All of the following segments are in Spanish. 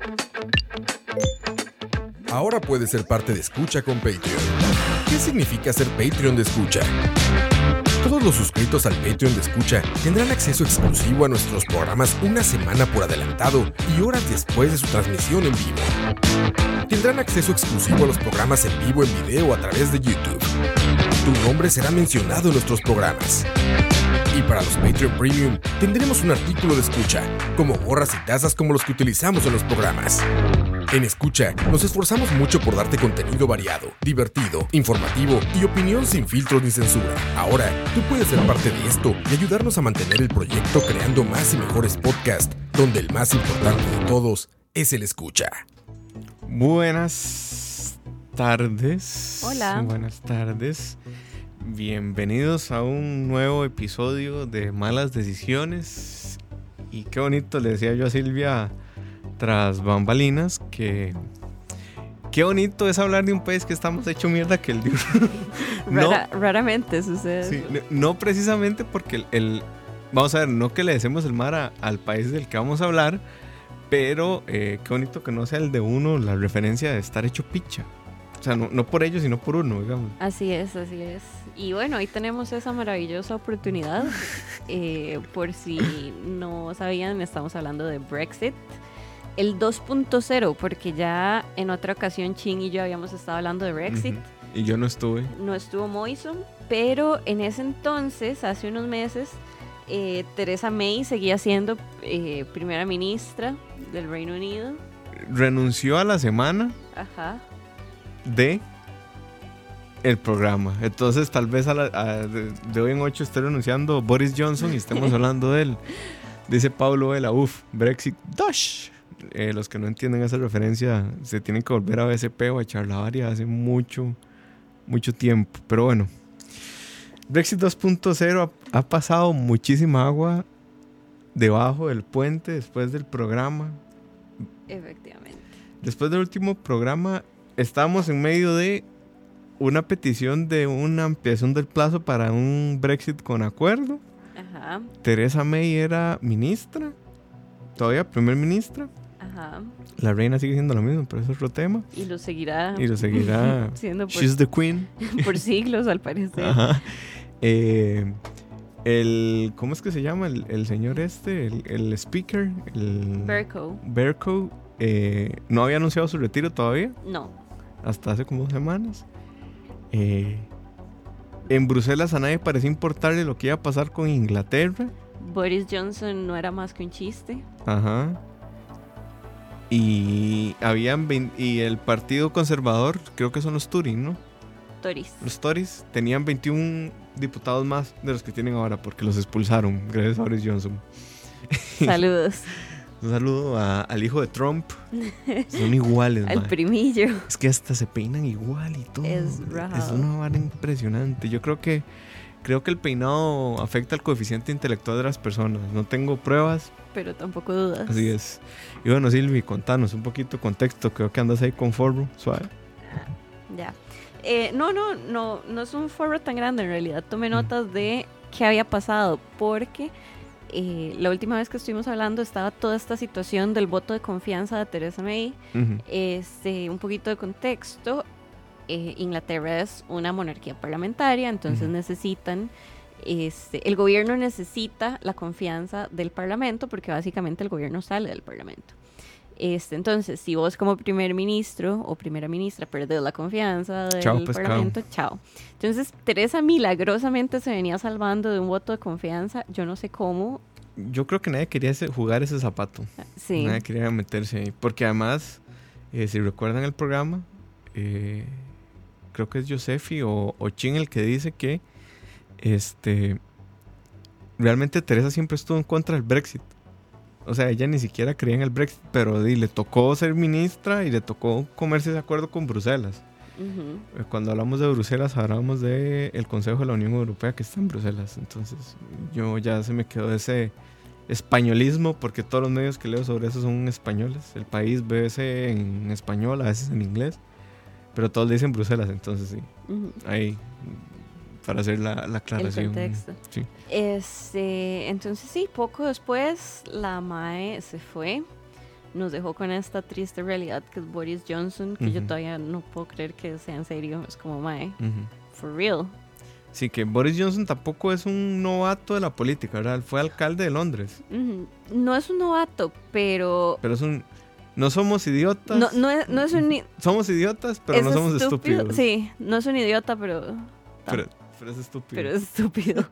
Ahora puedes ser parte de Escucha con Patreon. ¿Qué significa ser Patreon de Escucha? Todos los suscritos al Patreon de Escucha tendrán acceso exclusivo a nuestros programas una semana por adelantado y horas después de su transmisión en vivo. Tendrán acceso exclusivo a los programas en vivo en video a través de YouTube. Tu nombre será mencionado en nuestros programas. Y para los Patreon Premium, tendremos un artículo de Escucha, como gorras y tazas como los que utilizamos en los programas. En Escucha, nos esforzamos mucho por darte contenido variado, divertido, informativo y opinión sin filtros ni censura. Ahora, tú puedes ser parte de esto y ayudarnos a mantener el proyecto creando más y mejores podcasts, donde el más importante de todos es el Escucha. Buenas tardes. Hola. Buenas tardes. Bienvenidos a un nuevo episodio de Malas Decisiones. Y qué bonito, le decía yo a Silvia tras bambalinas, que qué bonito es hablar de un país que estamos hecho mierda que el de Raramente sucede. Sí, no precisamente porque vamos a ver, no que le deseemos el mal al país del que vamos a hablar, pero qué bonito que no sea el de uno la referencia de estar hecho picha. O sea, no por ellos, sino por uno, digamos. Así es. Y bueno, hoy tenemos esa maravillosa oportunidad. Por si no sabían, estamos hablando de Brexit. El 2.0, porque ya en otra ocasión Chin y yo habíamos estado hablando de Brexit. Uh-huh. Y yo no estuve. No estuvo Moison, pero en ese entonces, hace unos meses, Theresa May seguía siendo primera ministra del Reino Unido. Renunció a la semana. Ajá. De el programa. Entonces tal vez de hoy en 8 esté renunciando Boris Johnson y estemos hablando de él. Dice Pablo Vela, Brexit Dosh. Los que no entienden esa referencia se tienen que volver a BSP o a Charlavaria hace mucho tiempo. Pero bueno, Brexit 2.0 ha pasado muchísima agua debajo del puente después del programa. Efectivamente. Después del último programa estábamos en medio de una petición de una ampliación del plazo para un Brexit con acuerdo. Ajá. Theresa May era ministra, todavía primer ministra. Ajá. La reina sigue siendo lo mismo, pero eso es otro tema. Y lo seguirá siendo She's the queen. Por siglos, al parecer. Ajá. ¿Cómo es que se llama? El señor el speaker. Bercow. No había anunciado su retiro todavía. No. Hasta hace como 2 semanas. En Bruselas a nadie parecía importarle lo que iba a pasar con Inglaterra. Boris Johnson no era más que un chiste. Ajá. Y el Partido Conservador, creo que son los Tories, ¿no? Tories. Los Tories tenían 21 diputados más de los que tienen ahora porque los expulsaron gracias a Boris Johnson. Saludos. Un saludo al hijo de Trump. Son iguales, al primillo. Es que hasta se peinan igual y todo. Es una vara impresionante. Yo creo que el peinado afecta al coeficiente intelectual de las personas. No tengo pruebas, pero tampoco dudas. Así es. Y bueno, Silvi, contanos un poquito de contexto. Creo que andas ahí con forro, suave. Ya. No es un forro tan grande. En realidad tomé notas de qué había pasado, porque la última vez que estuvimos hablando estaba toda esta situación del voto de confianza de Theresa May. Uh-huh. Un poquito de contexto. Inglaterra es una monarquía parlamentaria, entonces uh-huh. necesitan el gobierno necesita la confianza del parlamento, porque básicamente el gobierno sale del parlamento. Entonces, si vos como primer ministro o primera ministra perdés la confianza del parlamento, chao. Entonces, Theresa milagrosamente se venía salvando de un voto de confianza, yo no sé cómo. Yo creo que nadie quería jugar ese zapato. Sí. Nadie quería meterse ahí, porque además, si recuerdan el programa, creo que es Josefi o Chin el que dice que realmente Theresa siempre estuvo en contra del Brexit. O sea, ella ni siquiera creía en el Brexit, pero le tocó ser ministra y le tocó comerse ese acuerdo con Bruselas. Uh-huh. Cuando hablamos de Bruselas, hablamos del Consejo de la Unión Europea que está en Bruselas. Entonces, yo ya se me quedó ese españolismo, porque todos los medios que leo sobre eso son españoles. El País, BBC en español, a veces en inglés, pero todos le dicen Bruselas, entonces sí. Uh-huh. Ahí, para hacer la aclaración. El contexto. Sí. Entonces sí, poco después la MAE se fue. nos dejó con esta triste realidad que es Boris Johnson, que yo todavía no puedo creer que sea en serio. Es como, mae, for real. Sí, que Boris Johnson tampoco es un novato de la política, ¿verdad? Él fue alcalde de Londres. No es un novato, pero es un... No somos idiotas. No es un... Somos idiotas, pero no somos estúpidos. Sí, no es un idiota, pero es estúpido. Pero es estúpido.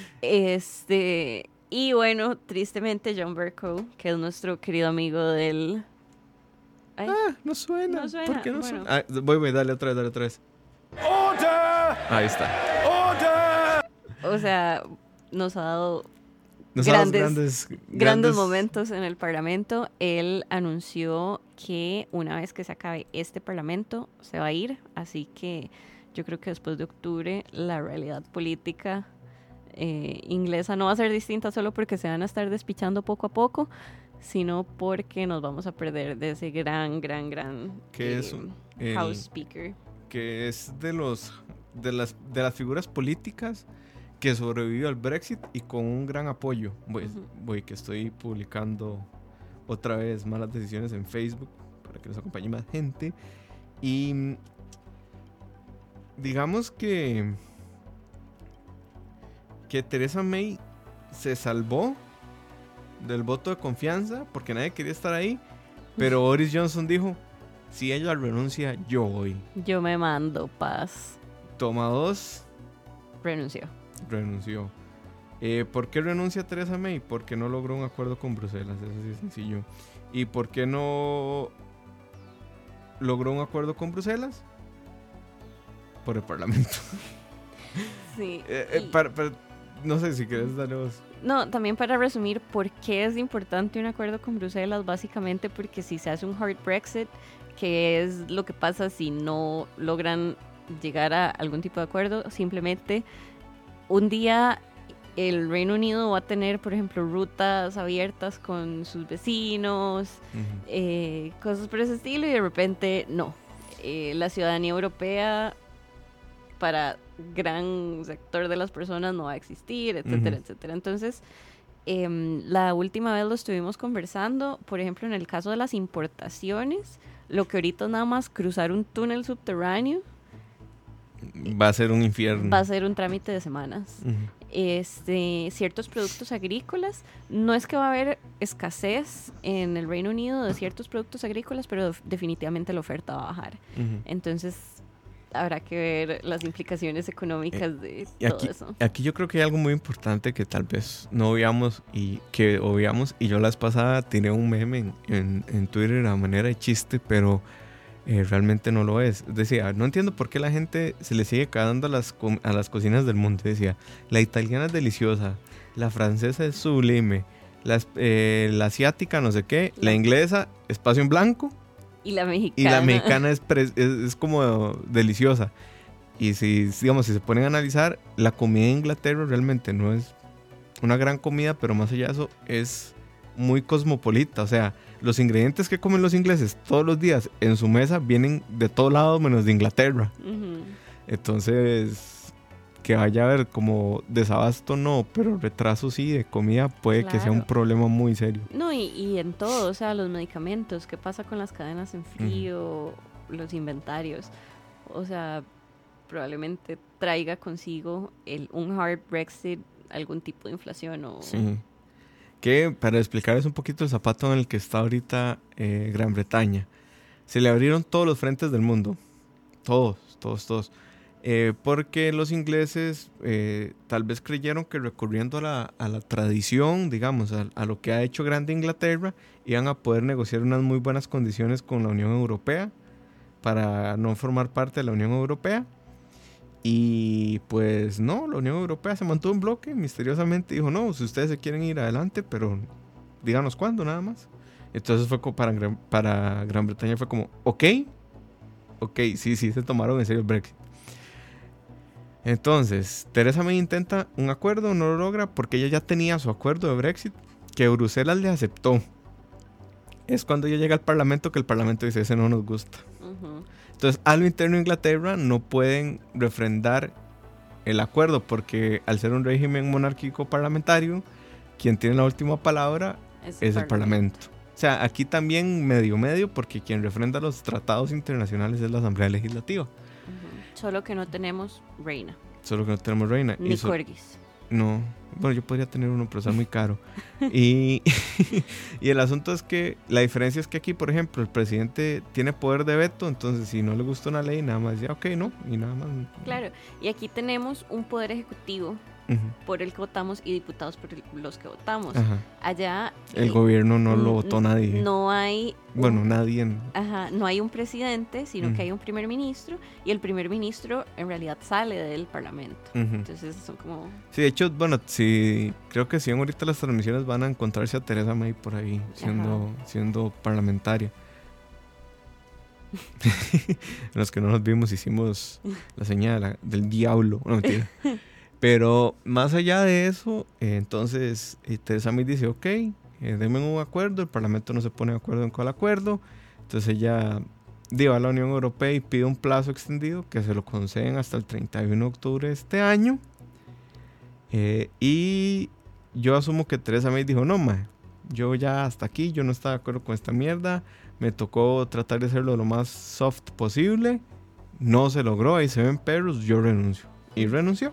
Y bueno, tristemente John Bercow, que es nuestro querido amigo del... Ay, no suena. No suena. ¿Por qué no bueno. suena? Voy, dale otra vez. ¡Order! Ahí está. ¡Order! O sea, nos ha dado grandes momentos en el Parlamento. Él anunció que una vez que se acabe este Parlamento se va a ir, así que yo creo que después de octubre la realidad política inglesa no va a ser distinta solo porque se van a estar despichando poco a poco, sino porque nos vamos a perder de ese gran que es House Speaker, que es de las figuras políticas que sobrevivió al Brexit y con un gran apoyo. Voy que estoy publicando otra vez malas decisiones en Facebook para que nos acompañe más gente. Y digamos que Theresa May se salvó del voto de confianza porque nadie quería estar ahí, pero Boris Johnson dijo, si ella renuncia, yo voy. Yo me mando paz. Toma 2. Renunció. ¿Por qué renuncia Theresa May? Porque no logró un acuerdo con Bruselas, eso sí es sencillo. ¿Y por qué no logró un acuerdo con Bruselas? Por el Parlamento. Sí. No sé si querés darle vos. No, también para resumir, ¿por qué es importante un acuerdo con Bruselas? Básicamente porque si se hace un hard Brexit, que es lo que pasa si no logran llegar a algún tipo de acuerdo, simplemente un día el Reino Unido va a tener, por ejemplo, rutas abiertas con sus vecinos, cosas por ese estilo, y de repente no. La ciudadanía europea para gran sector de las personas no va a existir, etcétera, etcétera. Entonces, la última vez lo estuvimos conversando, por ejemplo, en el caso de las importaciones, lo que ahorita es nada más cruzar un túnel subterráneo, va a ser un infierno. Va a ser un trámite de semanas. Ciertos productos agrícolas, no es que va a haber escasez en el Reino Unido de ciertos productos agrícolas, pero definitivamente la oferta va a bajar. Entonces habrá que ver las implicaciones económicas de todo eso. Aquí yo creo que hay algo muy importante que tal vez no obviamos y que obviamos, y yo la vez pasada tiré un meme en Twitter a manera de chiste, pero realmente no lo es. Decía, no entiendo por qué la gente se le sigue cagando a las cocinas del mundo. Decía, la italiana es deliciosa, la francesa es sublime, la asiática no sé qué, la inglesa espacio en blanco y la mexicana es como deliciosa. Y si se ponen a analizar, la comida de Inglaterra realmente no es una gran comida, pero más allá de eso es muy cosmopolita. O sea, los ingredientes que comen los ingleses todos los días en su mesa vienen de todos lados menos de Inglaterra. Entonces, que vaya a haber como desabasto no, pero retraso sí de comida puede que sea un problema muy serio. No, y en todo, o sea, los medicamentos, qué pasa con las cadenas en frío, los inventarios, o sea, probablemente traiga consigo un hard Brexit, algún tipo de inflación o... Sí. Que para explicarles un poquito el zapato en el que está ahorita Gran Bretaña, se le abrieron todos los frentes del mundo, todos, porque los ingleses tal vez creyeron que recurriendo a la tradición, digamos, a lo que ha hecho grande Inglaterra, iban a poder negociar unas muy buenas condiciones con la Unión Europea para no formar parte de la Unión Europea. Y pues no, la Unión Europea se mantuvo en bloque, misteriosamente dijo, no, si ustedes se quieren ir adelante, pero díganos cuándo, nada más. Entonces fue como para Gran Bretaña fue como, ok, sí, se tomaron en serio el Brexit. Entonces, Theresa May intenta un acuerdo, no lo logra porque ella ya tenía su acuerdo de Brexit, que Bruselas le aceptó. Es cuando ella llega al Parlamento que el Parlamento dice, ese no nos gusta. Entonces, a lo interno de Inglaterra no pueden refrendar el acuerdo porque al ser un régimen monárquico parlamentario, quien tiene la última palabra es el Parlamento. O sea, aquí también medio, porque quien refrenda los tratados internacionales es la Asamblea Legislativa. Solo que no tenemos reina. Solo que no tenemos reina. Ni corgis. No, bueno, yo podría tener uno, pero está muy caro. y el asunto es que la diferencia es que aquí, por ejemplo, el presidente tiene poder de veto, entonces si no le gusta una ley, nada más dice, ok, no, y nada más. Claro, y aquí tenemos un poder ejecutivo por el que votamos y diputados por los que votamos. Ajá. Allá el gobierno no lo votó nadie. No hay nadie. No hay un presidente, sino que hay un primer ministro, y el primer ministro en realidad sale del parlamento. Entonces son como... Sí, de hecho, bueno, sí, creo que si ven ahorita las transmisiones van a encontrarse a Theresa May por ahí siendo parlamentaria. Los que no nos vimos hicimos la señal del diablo. No, mentira. Pero más allá de eso, entonces Theresa May dice, ok, denme un acuerdo, el Parlamento no se pone de acuerdo en cuál acuerdo, entonces ella va a la Unión Europea y pide un plazo extendido que se lo conceden hasta el 31 de octubre de este año, y yo asumo que Theresa May dijo, no, mae, yo ya hasta aquí, yo no estaba de acuerdo con esta mierda, me tocó tratar de hacerlo lo más soft posible, no se logró, ahí se ven perros, yo renuncio, y renunció.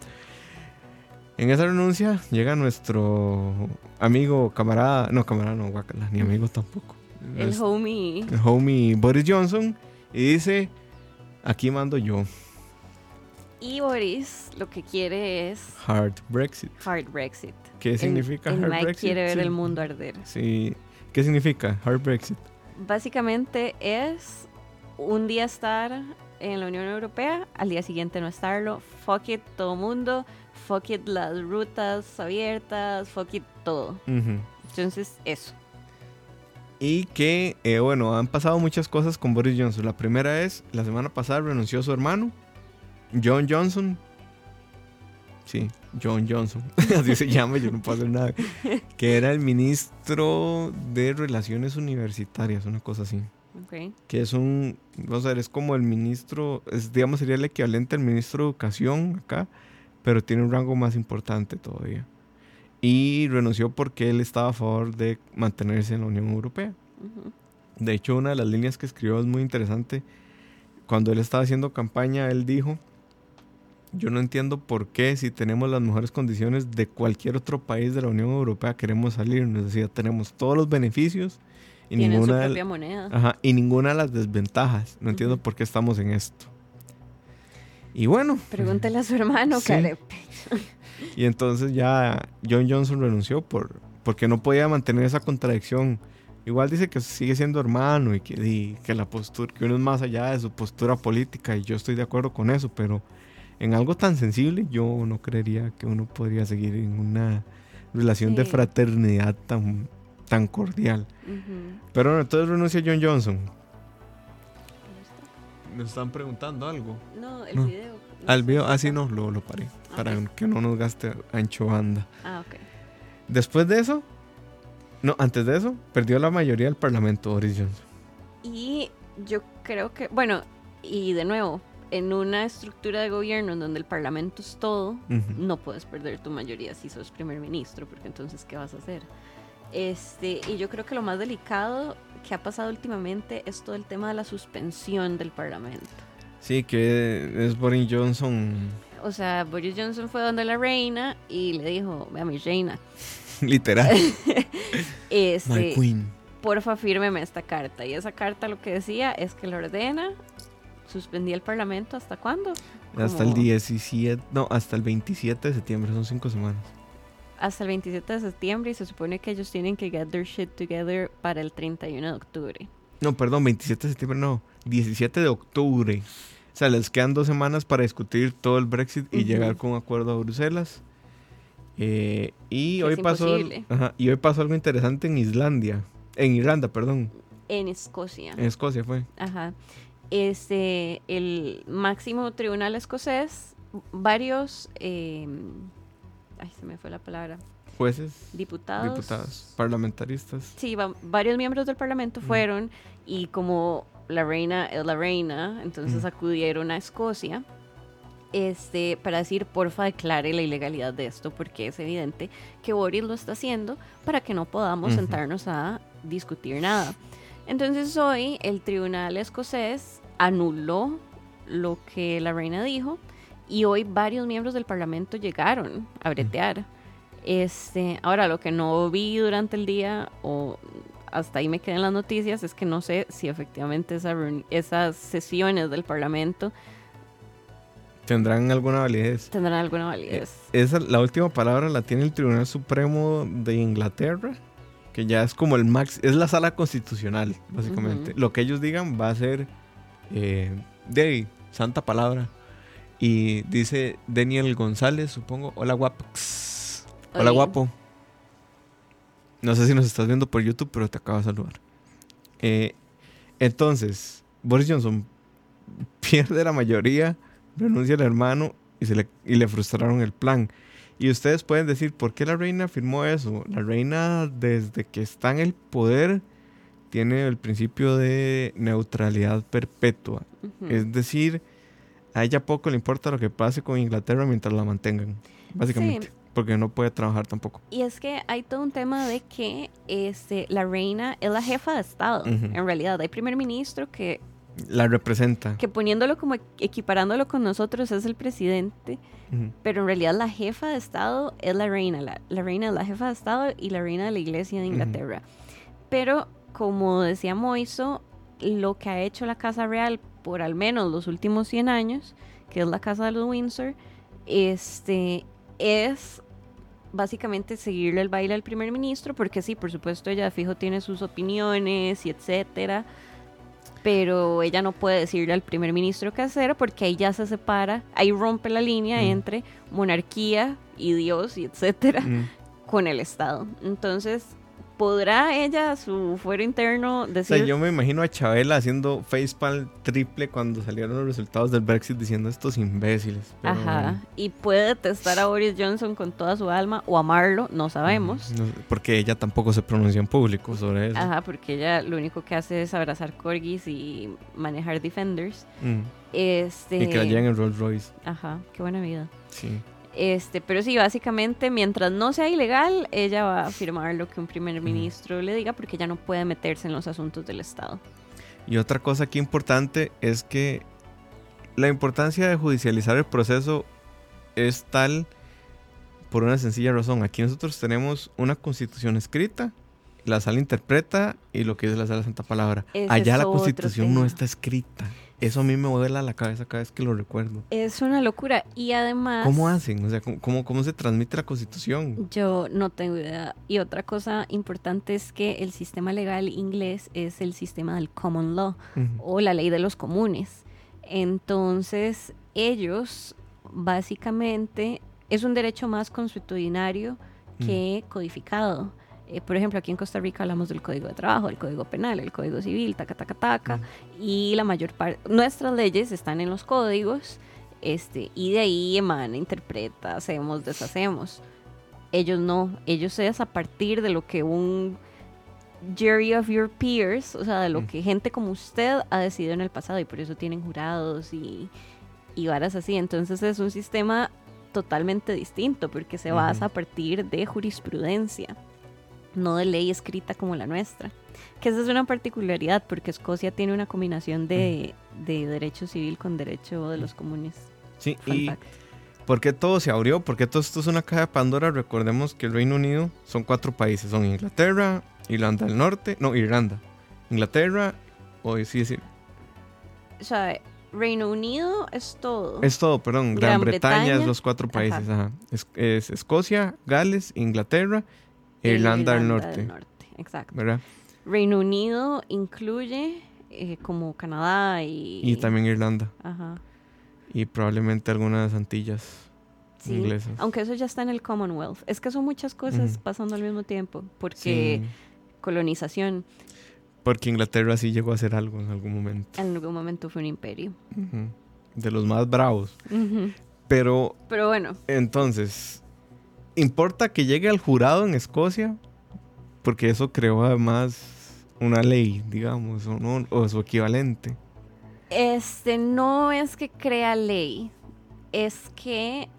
En esa renuncia llega nuestro amigo, camarada no, guácala, ni amigo tampoco. El homie Boris Johnson, y dice, aquí mando yo. Y Boris lo que quiere es... Hard Brexit. ¿Qué significa hard Brexit? Mike quiere ver el mundo arder. Sí. ¿Qué significa hard Brexit? Básicamente es un día estar en la Unión Europea, al día siguiente no estarlo. Fuck it, todo mundo. Fuck it, las rutas abiertas. Fuck it, todo. Entonces, eso. Y que, han pasado muchas cosas con Boris Johnson. La primera es, la semana pasada renunció su hermano, John Johnson. Sí, John Johnson. Así se llama, yo no puedo hacer nada. Que era el ministro de Relaciones Universitarias, una cosa así. Okay. Que es es como el ministro, sería el equivalente al ministro de Educación acá, pero tiene un rango más importante todavía. Y renunció porque él estaba a favor de mantenerse en la Unión Europea. De hecho, una de las líneas que escribió es muy interesante. Cuando él estaba haciendo campaña, él dijo, yo no entiendo por qué si tenemos las mejores condiciones de cualquier otro país de la Unión Europea queremos salirnos. Es decir, tenemos todos los beneficios y tienen su propia moneda. Ajá, y ninguna de las desventajas. No entiendo por qué estamos en esto. Y bueno. Pregúntale a su hermano, sí. Y entonces ya John Johnson renunció porque no podía mantener esa contradicción. Igual dice que sigue siendo hermano y que la postura, que uno es más allá de su postura política, y yo estoy de acuerdo con eso, pero en algo tan sensible yo no creería que uno podría seguir en una relación de fraternidad tan cordial. Pero bueno, entonces renuncia John Johnson. ¿Me están preguntando algo? No, el video. El video, sí, no, lo paré. Para que no nos gaste ancho banda. Ok. Después de eso, antes de eso, perdió la mayoría del Parlamento Boris Johnson. Y yo creo que, bueno, y de nuevo, en una estructura de gobierno en donde el Parlamento es todo, no puedes perder tu mayoría si sos primer ministro, porque entonces, ¿qué vas a hacer? Y yo creo que lo más delicado que ha pasado últimamente es todo el tema de la suspensión del Parlamento. Sí, que es Boris Johnson. O sea, Boris Johnson fue donde la reina y le dijo, vea mi reina. Literal. My queen. Porfa, fírmeme esta carta. Y esa carta lo que decía es que la ordena suspendía el Parlamento. ¿Hasta cuándo? Hasta el 17, hasta el 27 de septiembre, son 5 semanas. Hasta el 27 de septiembre, y se supone que ellos tienen que get their shit together para el 31 de octubre. No, perdón, 27 de septiembre 17 de octubre. O sea, les quedan 2 semanas para discutir todo el Brexit y llegar con un acuerdo a Bruselas. Y hoy pasó algo interesante en Irlanda, perdón. En Escocia. En Escocia fue. Ajá. El máximo tribunal escocés, varios... se me fue la palabra. Jueces. Diputados. Parlamentaristas. Sí, varios miembros del Parlamento fueron, y como la reina es la reina, entonces acudieron a Escocia para decir, porfa, declare la ilegalidad de esto, porque es evidente que Boris lo está haciendo para que no podamos sentarnos a discutir nada. Entonces hoy el tribunal escocés anuló lo que la reina dijo y hoy varios miembros del parlamento llegaron a bretear. Ahora, lo que no vi durante el día o hasta ahí me quedé en las noticias es que no sé si efectivamente esas sesiones del parlamento ¿Tendrán alguna validez? La última palabra la tiene el Tribunal Supremo de Inglaterra, que ya es como es la sala constitucional, básicamente. Lo que ellos digan va a ser de santa palabra. Y dice Daniel González, supongo. Hola, guaps. Hola, guapo. No sé si nos estás viendo por YouTube, pero te acabo de saludar. Entonces, Boris Johnson pierde la mayoría, renuncia al hermano y le frustraron el plan. Y ustedes pueden decir, ¿por qué la reina firmó eso? La reina, desde que está en el poder, tiene el principio de neutralidad perpetua. Es decir, a ella poco le importa lo que pase con Inglaterra mientras la mantengan, básicamente. Sí. Porque no puede trabajar tampoco. Y es que hay todo un tema de que la reina es la jefa de Estado. En realidad, hay primer ministro que la representa. Que poniéndolo como equiparándolo con nosotros es el presidente. Pero en realidad la jefa de Estado es la reina. La reina es la jefa de Estado y la reina de la Iglesia de Inglaterra. Pero, como decía Moiso, lo que ha hecho la Casa Real por al menos los últimos 100 años, que es la Casa de los Windsor, es básicamente seguirle el baile al primer ministro, porque sí, por supuesto, ella fijo tiene sus opiniones y etcétera, pero ella no puede decirle al primer ministro qué hacer, porque ahí ya se separa, ahí rompe la línea entre monarquía y Dios y etcétera con el Estado. Entonces, ¿podrá ella, su fuero interno, decir? O sea, yo me imagino a Chabela haciendo facepalm triple cuando salieron los resultados del Brexit diciendo estos imbéciles. Ajá, y puede detestar a Boris Johnson con toda su alma o amarlo, no sabemos. No, porque ella tampoco se pronuncia en público sobre eso. Ajá, porque ella lo único que hace es abrazar corgis y manejar Defenders. Y que la lleven en Rolls Royce. Ajá, qué buena vida. Sí. Pero sí, básicamente, mientras no sea ilegal, ella va a firmar lo que un primer ministro le diga, porque ella no puede meterse en los asuntos del Estado. Y otra cosa aquí importante es que la importancia de judicializar el proceso es tal por una sencilla razón. Aquí nosotros tenemos una constitución escrita, la sala interpreta y lo que dice la sala Santa Palabra. Allá la constitución no está escrita. Eso a mí me vuela la cabeza cada vez que lo recuerdo. Es una locura. Y además... ¿Cómo hacen? O sea, ¿cómo se transmite la Constitución? Yo no tengo idea. Y otra cosa importante es que el sistema legal inglés es el sistema del common law o la ley de los comunes. Entonces, ellos básicamente es un derecho más consuetudinario que codificado. Por ejemplo, aquí en Costa Rica hablamos del Código de Trabajo, el Código Penal, el Código Civil, y la mayor parte, nuestras leyes están en los códigos, y de ahí emana, interpreta, hacemos, deshacemos. Ellos no, ellos es a partir de lo que un jury of your peers, o sea, de lo que gente como usted ha decidido en el pasado, y por eso tienen jurados y varas así. Entonces es un sistema totalmente distinto, porque se basa a partir de jurisprudencia, no de ley escrita como la nuestra, que esa es una particularidad, porque Escocia tiene una combinación de derecho civil con derecho de los comunes. Sí, y ¿por qué todo se abrió? Porque todo esto es una caja de Pandora. Recordemos que el Reino Unido son 4 países, son Inglaterra, Irlanda del Norte, Irlanda, Inglaterra, o Reino Unido es todo. Es todo, perdón. Gran Bretaña es los 4 países. Ajá. Es Escocia, Gales, Inglaterra, Irlanda del Norte. Exacto. ¿Verdad? Reino Unido incluye como Canadá y también Irlanda. Ajá. Y probablemente algunas Antillas inglesas. Aunque eso ya está en el Commonwealth. Es que son muchas cosas pasando al mismo tiempo. Porque colonización. Porque Inglaterra sí llegó a ser algo en algún momento. En algún momento fue un imperio. De los más bravos. Pero bueno. Entonces, ¿importa que llegue al jurado en Escocia? Porque eso creó además una ley, digamos, o su equivalente. No es que crea ley. Es que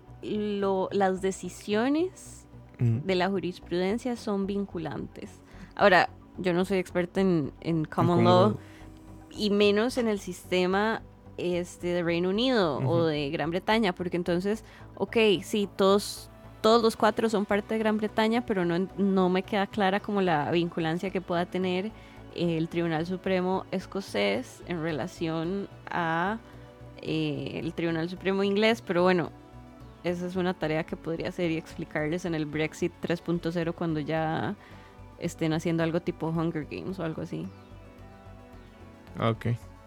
las decisiones de la jurisprudencia son vinculantes. Ahora, yo no soy experta en common law, y menos en el sistema de Reino Unido o de Gran Bretaña, porque entonces, ok, sí, todos los 4 son parte de Gran Bretaña, pero no me queda clara como la vinculancia que pueda tener el Tribunal Supremo escocés en relación a el Tribunal Supremo inglés, pero bueno, esa es una tarea que podría hacer y explicarles en el Brexit 3.0 cuando ya estén haciendo algo tipo Hunger Games o algo así. Ok.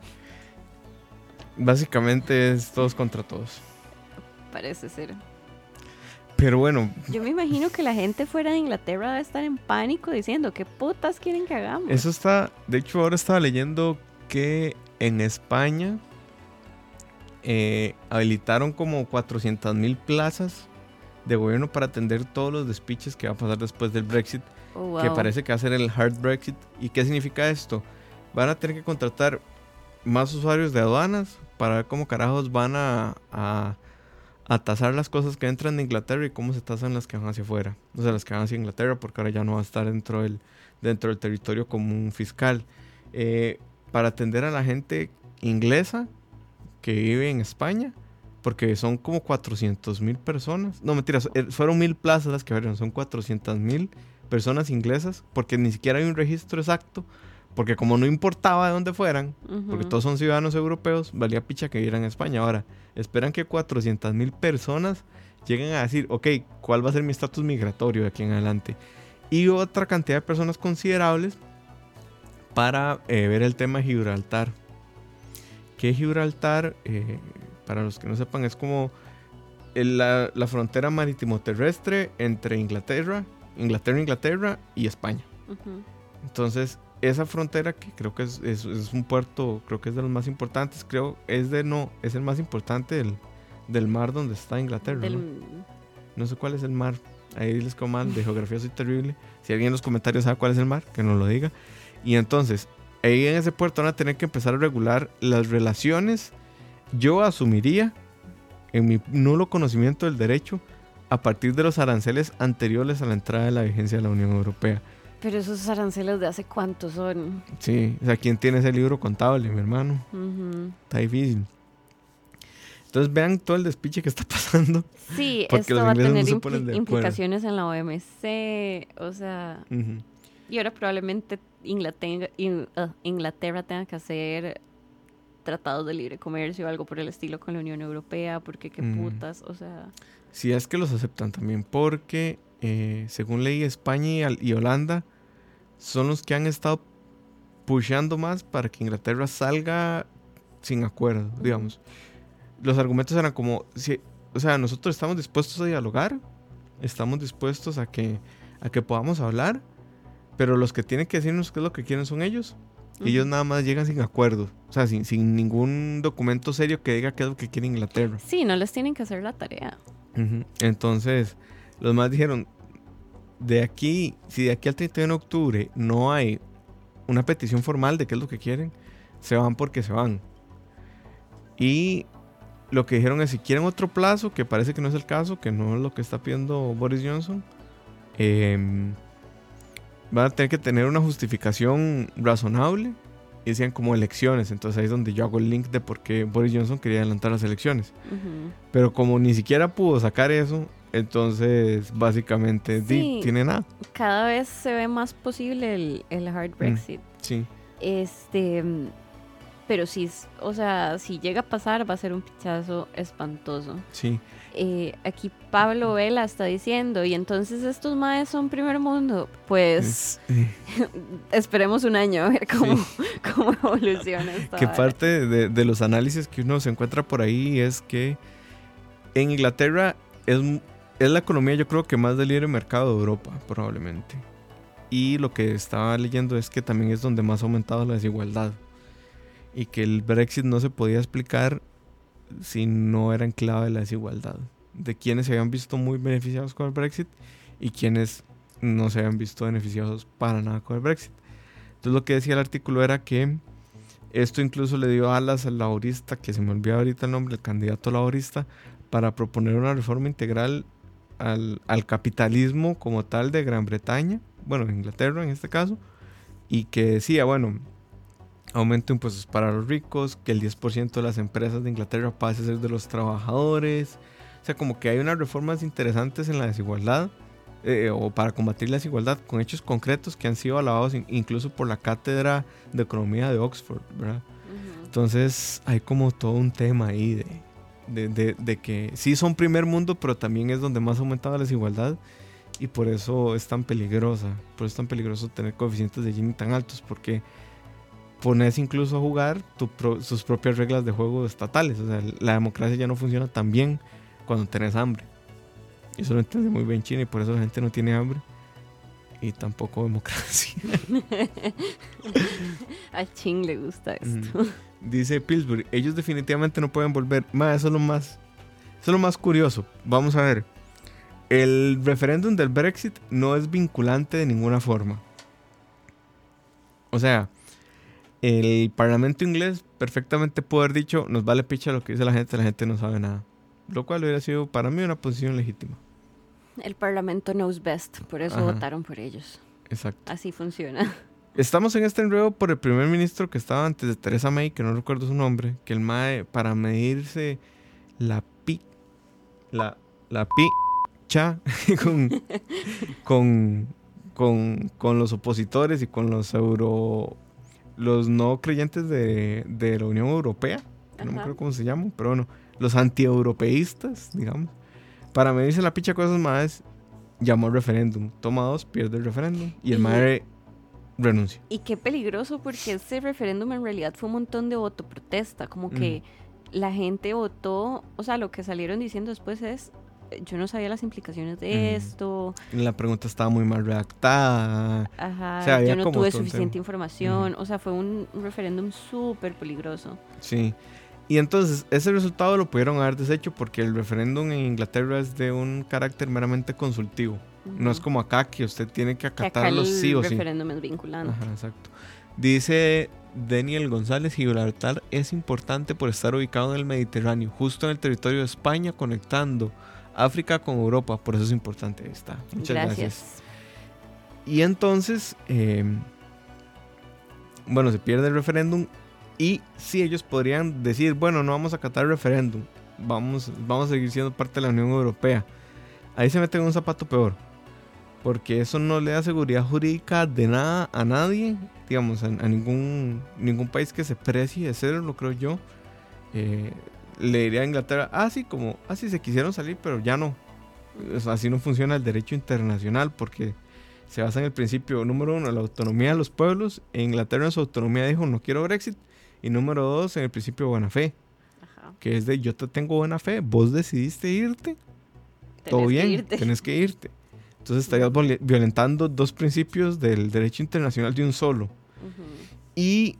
Básicamente es todos contra todos. Parece ser. Pero bueno. Yo me imagino que la gente fuera de Inglaterra debe estar en pánico diciendo, ¿qué putas quieren que hagamos? Eso está, de hecho ahora estaba leyendo que en España habilitaron como 400,000 plazas de gobierno para atender todos los despiches que va a pasar después del Brexit. Oh, wow. Que parece que va a ser el hard Brexit. ¿Y qué significa esto? Van a tener que contratar más usuarios de aduanas para ver cómo carajos van a tasar las cosas que entran de Inglaterra y cómo se tasan las que van hacia afuera. O sea, las que van hacia Inglaterra, porque ahora ya no va a estar dentro del territorio común fiscal. Para atender a la gente inglesa que vive en España, porque son como 400,000 personas. No, mentiras, fueron 1,000 plazas las que abrieron, son 400,000 personas inglesas, porque ni siquiera hay un registro exacto, porque como no importaba de dónde fueran, porque todos son ciudadanos europeos, valía picha que vivieran en España. Ahora, esperan que 400,000 personas lleguen a decir, ok, ¿cuál va a ser mi estatus migratorio de aquí en adelante? Y otra cantidad de personas considerables para ver el tema de Gibraltar. Que Gibraltar, para los que no sepan, es como la frontera marítimo-terrestre entre Inglaterra y España. Entonces, esa frontera, que creo que es un puerto, creo que es de los más importantes, es el más importante del mar donde está Inglaterra. No sé cuál es el mar, ahí les como mal, de geografía soy terrible. Si alguien en los comentarios sabe cuál es el mar, que nos lo diga. Y entonces, ahí en ese puerto van a tener que empezar a regular las relaciones, yo asumiría, en mi nulo conocimiento del derecho, a partir de los aranceles anteriores a la entrada de la vigencia de la Unión Europea. Pero esos aranceles de hace cuánto son. Sí, o sea, ¿quién tiene ese libro contable, mi hermano? Está difícil. Entonces vean todo el despiche que está pasando. Sí, esto va a tener implicaciones en la OMC, o sea... Y ahora probablemente Inglaterra tenga que hacer tratados de libre comercio o algo por el estilo con la Unión Europea, porque qué putas, o sea... Sí, es que los aceptan también, porque según leí, España y Holanda son los que han estado pusheando más para que Inglaterra salga sin acuerdo, digamos. Los argumentos eran como, o sea, nosotros estamos dispuestos a dialogar, estamos dispuestos a que podamos hablar, pero los que tienen que decirnos qué es lo que quieren son ellos. Ellos nada más llegan sin acuerdo, o sea, sin ningún documento serio que diga qué es lo que quiere Inglaterra. Sí, no les tienen que hacer la tarea. Entonces, los más dijeron, si de aquí al 31 de octubre no hay una petición formal de qué es lo que quieren, se van porque se van. Y lo que dijeron es, si quieren otro plazo, que parece que no es el caso, que no es lo que está pidiendo Boris Johnson, van a tener que tener una justificación razonable, y decían como elecciones. Entonces ahí es donde yo hago el link de por qué Boris Johnson quería adelantar las elecciones. Pero como ni siquiera pudo sacar eso, entonces básicamente tiene nada. Cada vez se ve más posible el hard Brexit. Sí. Pero sí, o sea, si llega a pasar va a ser un pichazo espantoso. Sí. Aquí Pablo Vela está diciendo, y entonces estos maes son primer mundo. Pues esperemos un año a ver cómo evoluciona esta Que vara. parte de los análisis que uno se encuentra por ahí es que en Inglaterra es la economía, yo creo que más de libre mercado de Europa, probablemente. Y lo que estaba leyendo es que también es donde más ha aumentado la desigualdad. Y que el Brexit no se podía explicar si no era en clave de la desigualdad. De quienes se habían visto muy beneficiados con el Brexit y quienes no se habían visto beneficiados para nada con el Brexit. Entonces lo que decía el artículo era que esto incluso le dio alas al laborista, que se me olvidó ahorita el nombre, el candidato laborista, para proponer una reforma integral al capitalismo como tal de Gran Bretaña, bueno, Inglaterra en este caso, y que decía, bueno, aumento impuestos para los ricos, que el 10% de las empresas de Inglaterra pase a ser de los trabajadores. O sea, como que hay unas reformas interesantes en la desigualdad, o para combatir la desigualdad, con hechos concretos que han sido alabados incluso por la Cátedra de Economía de Oxford, ¿verdad? Uh-huh. Entonces hay como todo un tema ahí de que sí son primer mundo, pero también es donde más ha aumentado la desigualdad, y por eso es tan peligrosa. Por eso es tan peligroso tener coeficientes de Gini tan altos, porque pones incluso a jugar sus propias reglas de juego estatales. O sea, la democracia ya no funciona tan bien cuando tenés hambre. Y eso lo entiende muy bien China, y por eso la gente no tiene hambre y tampoco democracia. A Chin le gusta esto. Dice Pillsbury, ellos definitivamente no pueden volver. Eso es lo más curioso. Vamos a ver. El referéndum del Brexit no es vinculante de ninguna forma. O sea, el parlamento inglés perfectamente puede haber dicho, nos vale picha lo que dice la gente no sabe nada. Lo cual hubiera sido para mí una posición legítima. El parlamento knows best, por eso votaron por ellos. Exacto. Así funciona. Estamos en este enredo por el primer ministro que estaba antes de Theresa May, que no recuerdo su nombre, que el MAE, para medirse la picha con los opositores y con los no creyentes de la Unión Europea, que no me acuerdo cómo se llaman, pero bueno, los antieuropeístas, digamos, para medirse la picha cosas más, llamó al referéndum, toma 2, pierde el referéndum, y el MAE renuncia. Y qué peligroso, porque ese referéndum en realidad fue un montón de voto-protesta, como que la gente votó, o sea, lo que salieron diciendo después es, yo no sabía las implicaciones de esto. La pregunta estaba muy mal redactada. Ajá, o sea, yo no tuve suficiente información. O sea, fue un referéndum súper peligroso. Sí. Y entonces, ese resultado lo pudieron haber deshecho porque el referéndum en Inglaterra es de un carácter meramente consultivo. No es como acá, que usted tiene que acatarlo sí o sí. El referéndum es vinculante. Ajá, exacto. Dice Daniel González, Gibraltar es importante por estar ubicado en el Mediterráneo, justo en el territorio de España, conectando África con Europa, por eso es importante. Ahí está. Muchas gracias. Y entonces, bueno, se pierde el referéndum, y sí, ellos podrían decir, bueno, no vamos a acatar el referéndum, vamos a seguir siendo parte de la Unión Europea. Ahí se meten en un zapato peor, porque eso no le da seguridad jurídica de nada a nadie, digamos, a ningún país que se precie de ser, lo creo yo. Le diría a Inglaterra, así se quisieron salir, pero ya no. Así no funciona el derecho internacional, porque se basa en el principio, número 1, la autonomía de los pueblos. En Inglaterra en su autonomía dijo, no quiero Brexit. Y número 2, en el principio de buena fe. Ajá. Que es de, yo te tengo buena fe, vos decidiste irte, todo bien, tenés que irte. Entonces estarías violentando 2 principios del derecho internacional de un solo. Y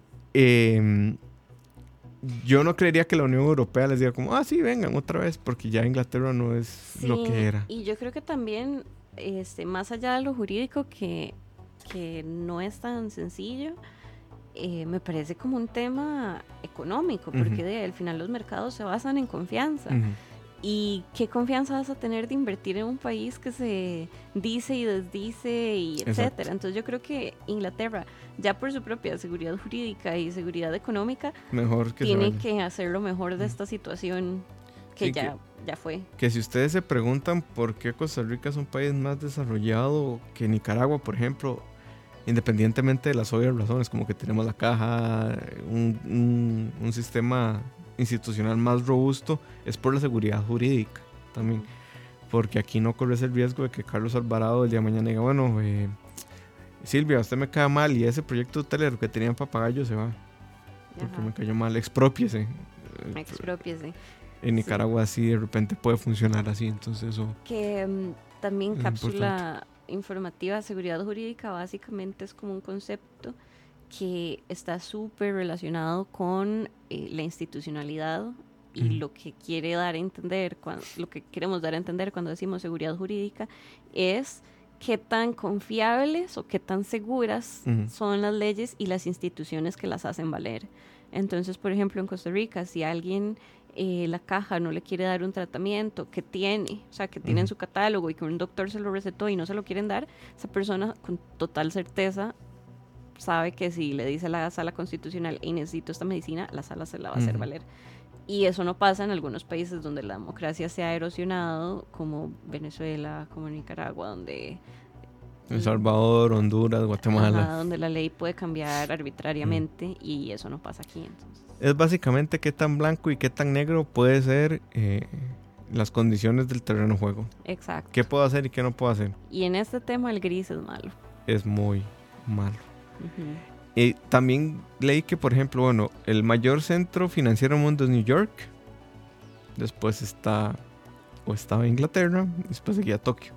yo no creería que la Unión Europea les diga como, sí, vengan otra vez, porque ya Inglaterra no es lo que era. Y yo creo que también, más allá de lo jurídico, que no es tan sencillo, me parece como un tema económico, porque al final los mercados se basan en confianza. ¿Y qué confianza vas a tener de invertir en un país que se dice y desdice y etcétera? Entonces yo creo que Inglaterra, ya por su propia seguridad jurídica y seguridad económica, tiene que hacer lo mejor de esta situación que sí, ya fue. Que si ustedes se preguntan por qué Costa Rica es un país más desarrollado que Nicaragua, por ejemplo, independientemente de las obvias razones, como que tenemos la caja, un sistema institucional más robusto, es por la seguridad jurídica también, porque aquí no corres el riesgo de que Carlos Alvarado el día de mañana diga, bueno, Silvia, usted me cae mal y ese proyecto hotelero que tenían papagayo se va porque me cayó mal, exprópiese. En Nicaragua sí de repente puede funcionar así, entonces eso que también cápsula informativa de seguridad jurídica básicamente es como un concepto que está súper relacionado con la institucionalidad y lo que quiere dar a entender, lo que queremos dar a entender cuando decimos seguridad jurídica es qué tan confiables o qué tan seguras son las leyes y las instituciones que las hacen valer. Entonces, por ejemplo, en Costa Rica, si alguien la caja no le quiere dar un tratamiento que tiene en su catálogo y que un doctor se lo recetó y no se lo quieren dar, esa persona con total certeza sabe que si le dice a la sala constitucional y necesito esta medicina, la sala se la va a hacer valer. Y eso no pasa en algunos países donde la democracia se ha erosionado, como Venezuela, como Nicaragua, donde... El Salvador, Honduras, Guatemala. Donde la ley puede cambiar arbitrariamente y eso no pasa aquí. Entonces. Es básicamente qué tan blanco y qué tan negro puede ser las condiciones del terreno de juego. Exacto. ¿Qué puedo hacer y qué no puedo hacer? Y en este tema el gris es malo. Es muy malo. Y también leí que, por ejemplo, bueno, el mayor centro financiero del mundo es New York. Después estaba Inglaterra. Después seguía Tokio.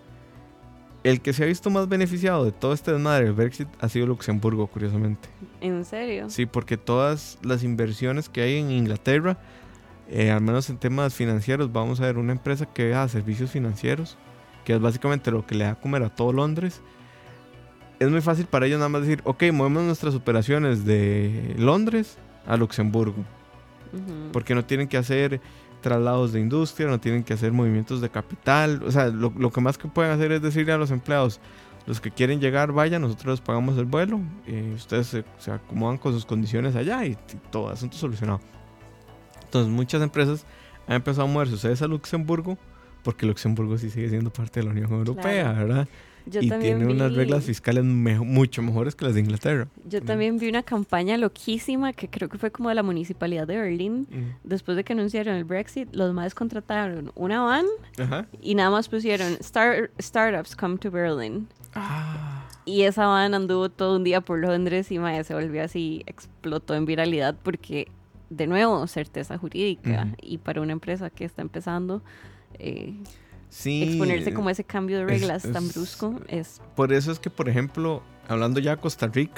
El que se ha visto más beneficiado de todo este desmadre del Brexit ha sido Luxemburgo, curiosamente. ¿En serio? Sí, porque todas las inversiones que hay en Inglaterra, al menos en temas financieros, vamos a ver una empresa que da servicios financieros, que es básicamente lo que le da a comer a todo Londres. Es muy fácil para ellos nada más decir, ok, movemos nuestras operaciones de Londres a Luxemburgo. Porque no tienen que hacer traslados de industria, no tienen que hacer movimientos de capital. O sea, lo que más que pueden hacer es decirle a los empleados, los que quieren llegar, vayan, nosotros les pagamos el vuelo, ustedes se acomodan con sus condiciones allá y todo, asunto solucionado. Entonces muchas empresas han empezado a moverse ustedes a Luxemburgo, porque Luxemburgo sí sigue siendo parte de la Unión Europea, claro. ¿Verdad? Y tiene unas reglas fiscales mucho mejores que las de Inglaterra. Yo también vi una campaña loquísima que creo que fue como de la municipalidad de Berlín. Después de que anunciaron el Brexit, los más contrataron una van y nada más pusieron Startups come to Berlin. Y esa van anduvo todo un día por Londres y se volvió así, explotó en viralidad porque, de nuevo, certeza jurídica. Y para una empresa que está empezando... Sí, exponerse como ese cambio de reglas tan brusco es... Por eso es que, por ejemplo, hablando ya de Costa Rica,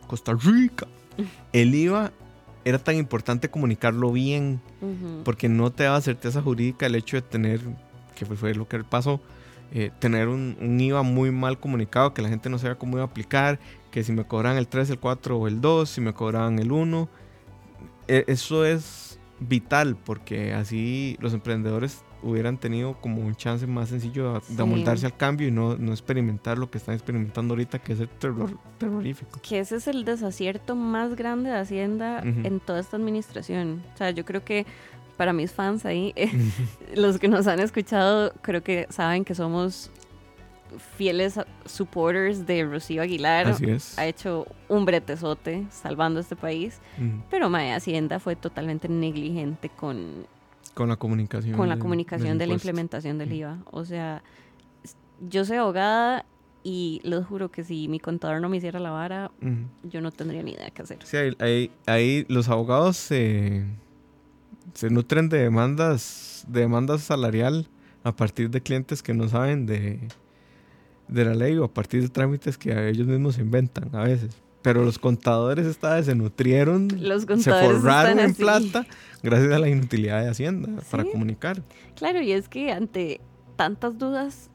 el IVA era tan importante comunicarlo bien, porque no te daba certeza jurídica el hecho de tener, que fue lo que pasó, tener un IVA muy mal comunicado, que la gente no sabía cómo iba a aplicar, que si me cobraban el 3, el 4 o el 2, si me cobraban el 1. Eso es vital, porque así los emprendedores hubieran tenido como un chance más sencillo de amoldarse al cambio y no experimentar lo que están experimentando ahorita, que es el terrorífico. Que ese es el desacierto más grande de Hacienda en toda esta administración. O sea, yo creo que para mis fans ahí, los que nos han escuchado, creo que saben que somos fieles supporters de Rocío Aguilar. Así es. Ha hecho un bretezote salvando este país, pero Hacienda fue totalmente negligente con la comunicación. Con la comunicación de la implementación del IVA. O sea, yo soy abogada y les juro que si mi contador no me hiciera la vara, yo no tendría ni idea qué hacer. Sí, ahí los abogados se nutren de demandas salarial a partir de clientes que no saben de la ley o a partir de trámites que ellos mismos inventan a veces. Pero los contadores esta vez se nutrieron, se forraron en plata gracias a la inutilidad de Hacienda para comunicar. Claro, y es que ante tantas dudas,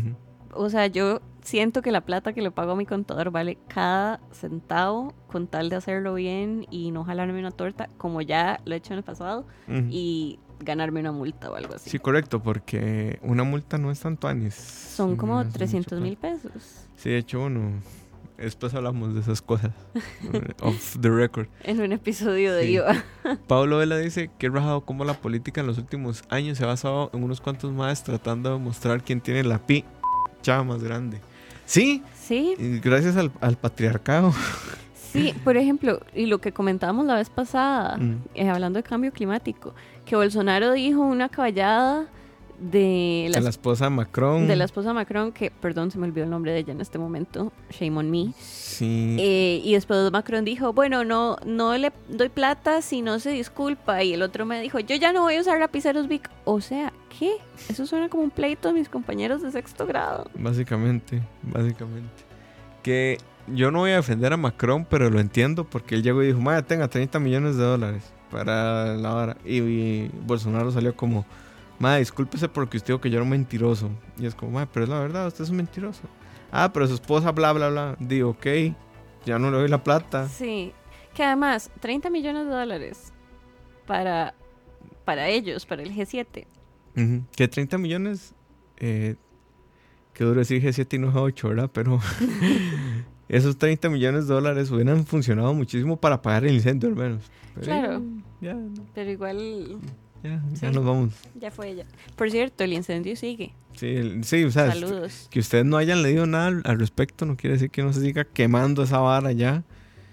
o sea, yo siento que la plata que le pago a mi contador vale cada centavo con tal de hacerlo bien y no jalarme una torta, como ya lo he hecho en el pasado, y ganarme una multa o algo así. Sí, correcto, porque una multa no es tanto anis. Son como 300,000 pesos. Sí, de hecho, después hablamos de esas cosas. Off the record. En un episodio de IVA. Pablo Vela dice que es rajado cómo la política en los últimos años se ha basado en unos cuantos más tratando de mostrar quién tiene la chava más grande. Sí. Gracias al patriarcado. Sí, por ejemplo, y lo que comentábamos la vez pasada, hablando de cambio climático, que Bolsonaro dijo una caballada de la esposa Macron. De la esposa Macron, que, perdón, se me olvidó el nombre de ella en este momento. Shame on me. Sí. Y después Macron dijo, bueno, no le doy plata si no se disculpa. Y el otro me dijo, yo ya no voy a usar lapiceros Bic. O sea, ¿qué? Eso suena como un pleito de mis compañeros de sexto grado. Básicamente. Que yo no voy a defender a Macron, pero lo entiendo porque él llegó y dijo, madre, tenga $30 millones para la vara. Y Bolsonaro salió como, madre, discúlpese porque usted dijo que yo era un mentiroso. Y es como, madre, pero es la verdad, usted es un mentiroso. Pero su esposa, bla, bla, bla. Digo, ok, ya no le doy la plata. Sí, que además, $30 millones para ellos, para el G7. Que 30 millones, qué duro decir G7 y no G8, ¿verdad? Pero esos $30 millones hubieran funcionado muchísimo para apagar el incendio al menos. Pero Claro. Ya, Pero igual, ya Sí. nos vamos. ya fue ya. Por cierto, el incendio sigue. Sí, o sea, Saludos. que ustedes no hayan leído nada al respecto no quiere decir que no se siga quemando esa vara ya.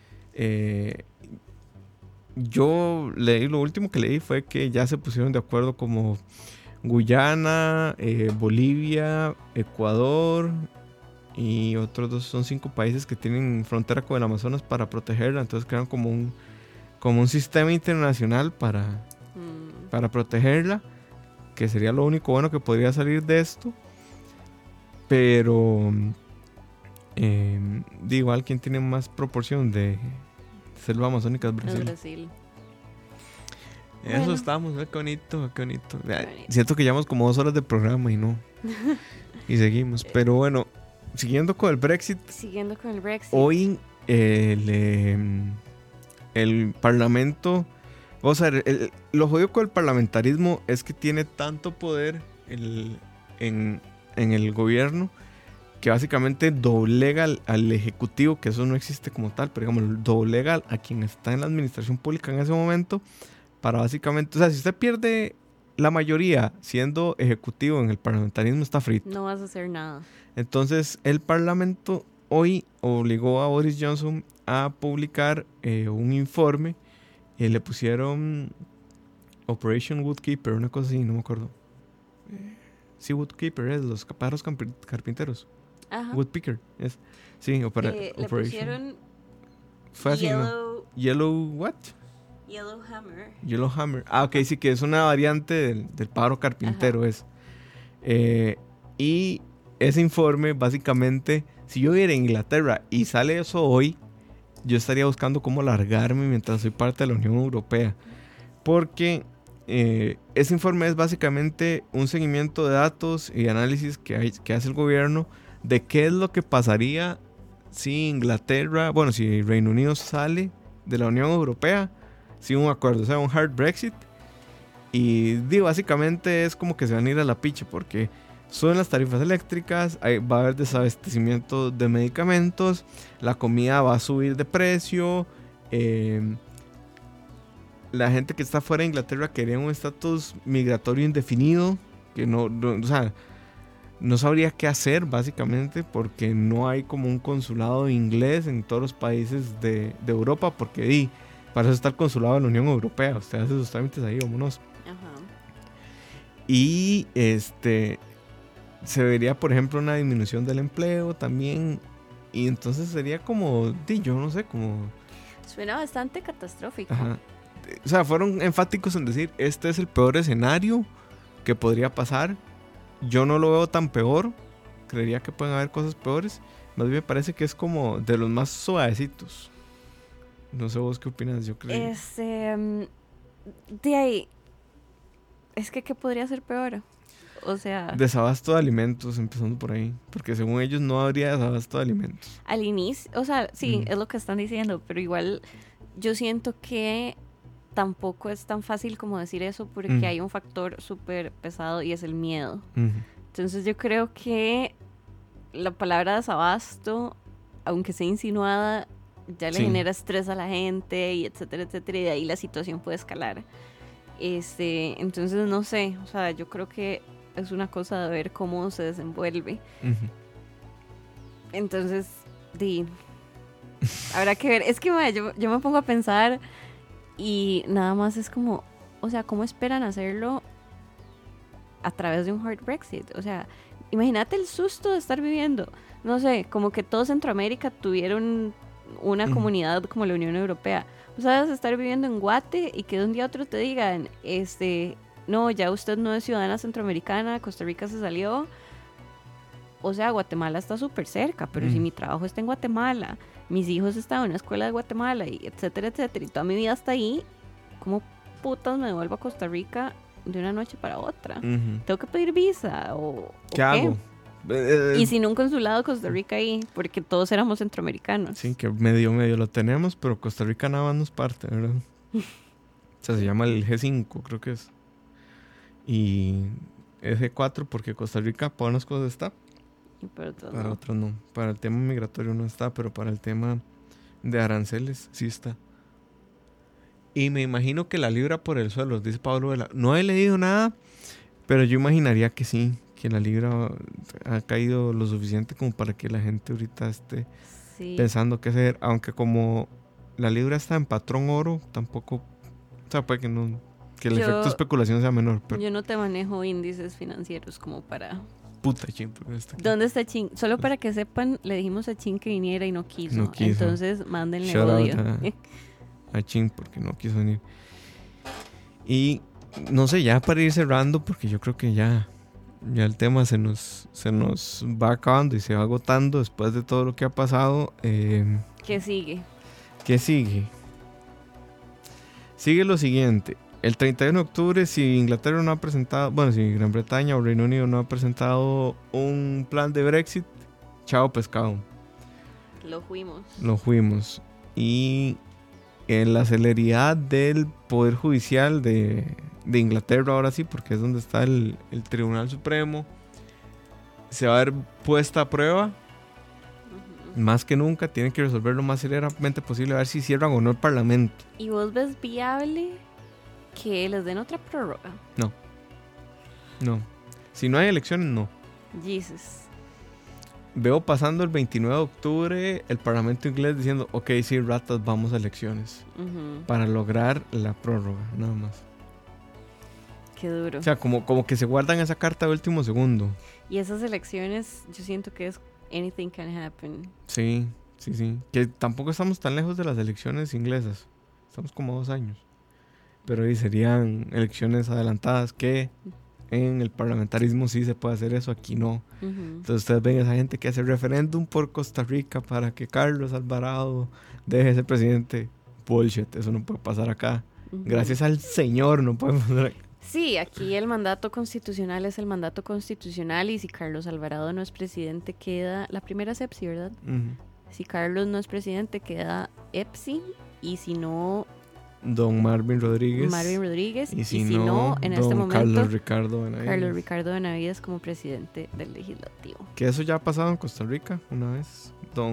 Yo leí, lo último que leí fue que ya se pusieron de acuerdo como Guyana, Bolivia, Ecuador y otros dos, son 5 países que tienen frontera con el Amazonas para protegerla. Entonces crean como un sistema internacional para protegerla, que sería lo único bueno que podría salir de esto. Pero igual quien tiene más proporción de selva amazónica es Es Brasil. Brasil. Eso Bueno. estamos, qué bonito, qué bonito. Siento que llevamos como 2 horas de programa y no. Y seguimos. Pero bueno, siguiendo con el Brexit, Siguiendo con el Brexit. hoy el Parlamento, o sea, lo jodido con el parlamentarismo es que tiene tanto poder en el gobierno que básicamente doblega al ejecutivo, que eso no existe como tal, pero digamos, doblega a quien está en la administración pública en ese momento para básicamente, o sea, si usted pierde la mayoría siendo ejecutivo en el parlamentarismo, está frito. No vas a hacer nada. Entonces el Parlamento hoy obligó a Boris Johnson a publicar un informe. Le pusieron Operation Woodkeeper, una cosa así, no me acuerdo. Sí, Woodkeeper es los pájaros carpinteros. Ajá. Woodpecker es. Sí, Le Operation. pusieron Fue así, ¿no? Yellow what? Yellowhammer. Yellowhammer. Ah, ok, sí, que es una variante del pájaro carpintero. Es. Y ese informe, básicamente, si yo viviera en Inglaterra y sale eso hoy, yo estaría buscando cómo largarme mientras soy parte de la Unión Europea. Porque ese informe es básicamente un seguimiento de datos y análisis que hace el gobierno de qué es lo que pasaría si Inglaterra, bueno, si Reino Unido sale de la Unión Europea sin un acuerdo, o sea, un hard Brexit. Y básicamente es como que se van a ir a la picha porque suben las tarifas eléctricas, va a haber desabastecimiento de medicamentos, la comida va a subir de precio, la gente que está fuera de Inglaterra quería un estatus migratorio indefinido, que o sea, no sabría qué hacer básicamente porque no hay como un consulado inglés en todos los países de Europa, porque para eso está el consulado de la Unión Europea, usted hace sus trámites ahí, vámonos. Ajá. Y se vería, por ejemplo, una disminución del empleo también. Y entonces sería como, yo no sé, como... Suena bastante catastrófico. Ajá. O sea, fueron enfáticos en decir, este es el peor escenario que podría pasar. Yo no lo veo tan peor. Creería que pueden haber cosas peores. Más bien me parece que es como de los más suavecitos. No sé vos qué opinas, yo creo. De ahí, es que ¿qué podría ser peor? O sea, Desabasto de alimentos, empezando por ahí. Porque según ellos no habría desabasto de alimentos. al inicio, o sea, sí, es lo que están diciendo, pero igual yo siento que tampoco es tan fácil como decir eso porque hay un factor súper pesado y es el miedo. Entonces yo creo que la palabra desabasto, aunque sea insinuada, ya le genera estrés a la gente y etcétera, etcétera, y de ahí la situación puede escalar. Entonces no sé, o sea, yo creo que es una cosa de ver cómo se desenvuelve. Entonces, habrá que ver. Es que yo me pongo a pensar y nada más es como, o sea, ¿cómo esperan hacerlo a través de un hard Brexit? O sea, imagínate el susto de estar viviendo, no sé, como que todo Centroamérica tuvieron una comunidad como la Unión Europea. O sea, estar viviendo en Guate y que de un día a otro te digan, no, ya usted no es ciudadana centroamericana, Costa Rica se salió. O sea, Guatemala está súper cerca, pero si mi trabajo está en Guatemala, mis hijos están en una escuela de Guatemala, y etcétera, etcétera, y toda mi vida está ahí, ¿cómo putas me devuelvo a Costa Rica de una noche para otra? ¿Tengo que pedir visa? ¿O qué hago? Y sin un consulado de Costa Rica ahí, porque todos éramos centroamericanos. Sí, que medio lo tenemos, pero Costa Rica nada más nos parte, ¿verdad? O sea, se llama el G5, creo que es. Y es G4 porque Costa Rica para unas cosas está Y para otros Para no. otros no. Para el tema migratorio no está, pero para el tema de aranceles sí está. Y me imagino que la libra por el suelo, dice Pablo Vela. No he leído nada, pero yo imaginaría que sí, que la libra ha caído lo suficiente como para que la gente ahorita esté Sí. pensando qué hacer. Aunque como la libra está en patrón oro, tampoco, o sea, puede que no, que el efecto de especulación sea menor. Pero Yo no te manejo índices financieros como para... puta Chin, porque no está aquí. ¿Dónde está Chin? Solo para que sepan, le dijimos a Chin que viniera y no quiso. No quiso. Entonces, mándenle Shout out odio. a Chin porque no quiso venir. Y no sé, ya para ir cerrando, porque yo creo que ya el tema se nos va acabando y se va agotando después de todo lo que ha pasado. ¿Qué sigue? ¿Qué sigue? Sigue lo siguiente. El 31 de octubre, si Inglaterra no ha presentado, bueno, si Gran Bretaña o Reino Unido no ha presentado un plan de Brexit, chao pescado. Lo fuimos. Lo fuimos. Y en la celeridad del Poder Judicial de Inglaterra, ahora sí, porque es donde está el Tribunal Supremo, se va a ver puesta a prueba. Más que nunca, tienen que resolver lo más celeramente posible, a ver si cierran o no el Parlamento. ¿Y vos ves viable que les den otra prórroga? No. Si no hay elecciones, no. Jesus. Veo pasando el 29 de octubre el Parlamento inglés diciendo, ok, sí, ratas, vamos a elecciones. Para lograr la prórroga, nada más. Qué duro. O sea, como que se guardan esa carta de último segundo. Y esas elecciones, yo siento que es anything can happen. Sí. Que tampoco estamos tan lejos de las elecciones inglesas. Estamos como 2 años. Pero ahí serían elecciones adelantadas que en el parlamentarismo sí se puede hacer eso, aquí no. Entonces ustedes ven a esa gente que hace referéndum por Costa Rica para que Carlos Alvarado deje de ser presidente. Bullshit, eso no puede pasar acá. Gracias al Señor no puede pasar acá. Sí, aquí el mandato constitucional es el mandato constitucional y si Carlos Alvarado no es presidente queda... La primera es EPSI, ¿verdad? Si Carlos no es presidente queda EPSI y si no... Don Marvin Rodríguez. Y si no, en este momento... Carlos Ricardo Benavides como presidente del legislativo. Que eso ya ha pasado en Costa Rica una vez.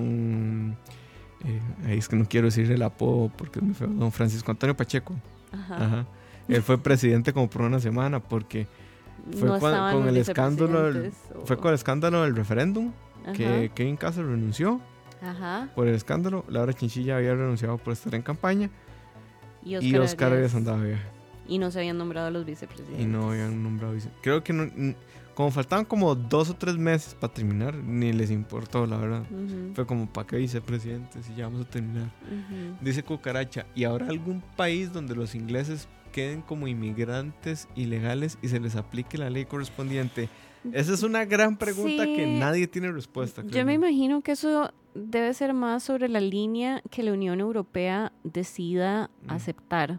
Ahí es que no quiero decir el apodo porque es muy feo. Don Francisco Antonio Pacheco. Ajá. Él fue presidente como por una semana porque fue no con el escándalo fue o... con el escándalo del referéndum que Kevin Castle renunció. Ajá. Por el escándalo. Laura Chinchilla había renunciado por estar en campaña y Oscar Arias andaba viaje. Y no se habían nombrado los vicepresidentes. Y no habían nombrado vicepresidentes. Creo que no, como faltaban como 2 o 3 meses para terminar, ni les importó, la verdad. Fue como, ¿para qué vicepresidentes? Y ya vamos a terminar. Dice Cucaracha, ¿y habrá algún país donde los ingleses queden como inmigrantes ilegales y se les aplique la ley correspondiente? Esa es una gran pregunta que nadie tiene respuesta. Yo me imagino que eso debe ser más sobre la línea que la Unión Europea decida aceptar.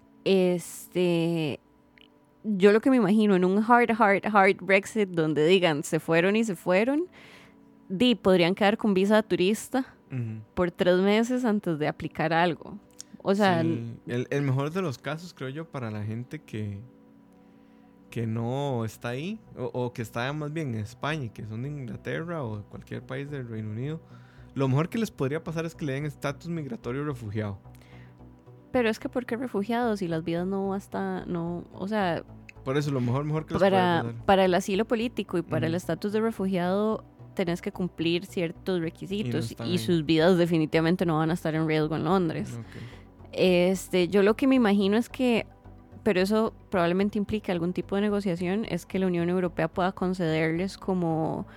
Yo lo que me imagino en un hard Brexit donde digan se fueron, podrían quedar con visa de turista por 3 meses antes de aplicar algo. O sea, sí, el mejor de los casos, creo yo, para la gente que no está ahí o que está más bien en España y que son de Inglaterra o de cualquier país del Reino Unido, lo mejor que les podría pasar es que le den estatus migratorio refugiado. Pero es que ¿por qué refugiados? Si las vidas o sea... Por eso lo mejor que les podría pasar. Para el asilo político y para el estatus de refugiado tenés que cumplir ciertos requisitos y sus vidas definitivamente no van a estar en riesgo en Londres. Okay. Yo lo que me imagino es que, pero eso probablemente implica algún tipo de negociación, es que la Unión Europea pueda concederles como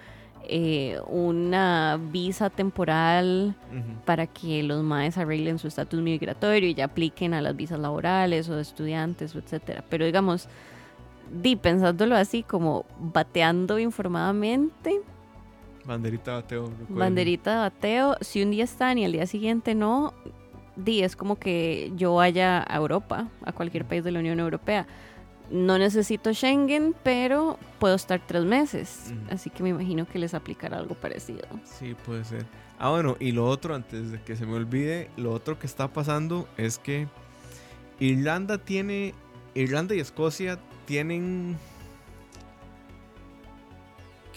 una visa temporal para que los maes arreglen su estatus migratorio y ya apliquen a las visas laborales o de estudiantes, etcétera. Pero digamos, pensándolo así, como bateando informadamente. Banderita de bateo. Banderita de bateo. Si un día están y al día siguiente no, es como que yo vaya a Europa, a cualquier país de la Unión Europea. No necesito Schengen, pero puedo estar 3 meses. Así que me imagino que les aplicará algo parecido. Sí, puede ser. Bueno, y lo otro, antes de que se me olvide, lo otro que está pasando es que Irlanda y Escocia tienen...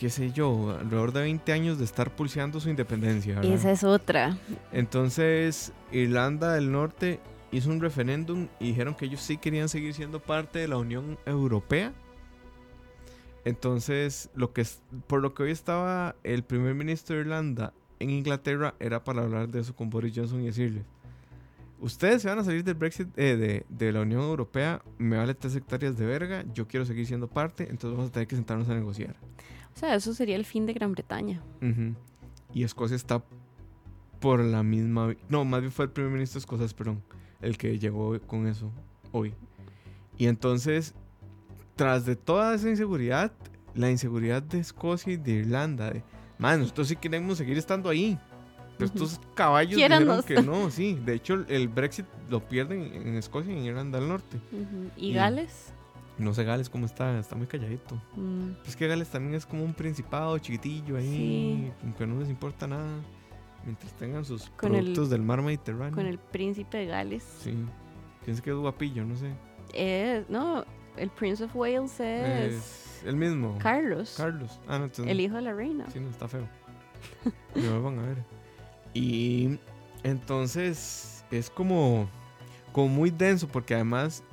qué sé yo, alrededor de 20 años de estar pulseando su independencia, ¿verdad? Esa es otra. Entonces, Irlanda del Norte hizo un referéndum y dijeron que ellos sí querían seguir siendo parte de la Unión Europea. Entonces, por lo que hoy estaba el primer ministro de Irlanda en Inglaterra, era para hablar de eso con Boris Johnson y decirle: ustedes se van a salir del Brexit, de la Unión Europea, me vale 3 hectáreas de verga, yo quiero seguir siendo parte, entonces vamos a tener que sentarnos a negociar. O sea, eso sería el fin de Gran Bretaña. Uh-huh. Y Escocia está por la misma... No, más bien fue el primer ministro escocés, perdón, el que llegó con eso hoy. Y entonces, tras de toda esa inseguridad, la inseguridad de Escocia y de Irlanda, nosotros sí queremos seguir estando ahí. Pero estos caballos dijeron que no, sí. De hecho, el Brexit lo pierden en Escocia y en Irlanda del Norte. ¿Y Gales? No sé Gales cómo está muy calladito. Es que Gales también es como un principado chiquitillo ahí, sí, que no les importa nada. Mientras tengan sus productos del mar Mediterráneo. Con el príncipe de Gales. Sí. Pienso que es guapillo, no sé. No, el Prince of Wales es el mismo. Carlos. Ah, no, entonces, el hijo de la reina. Sí, no, está feo. Me van a ver. Y entonces es como muy denso, porque además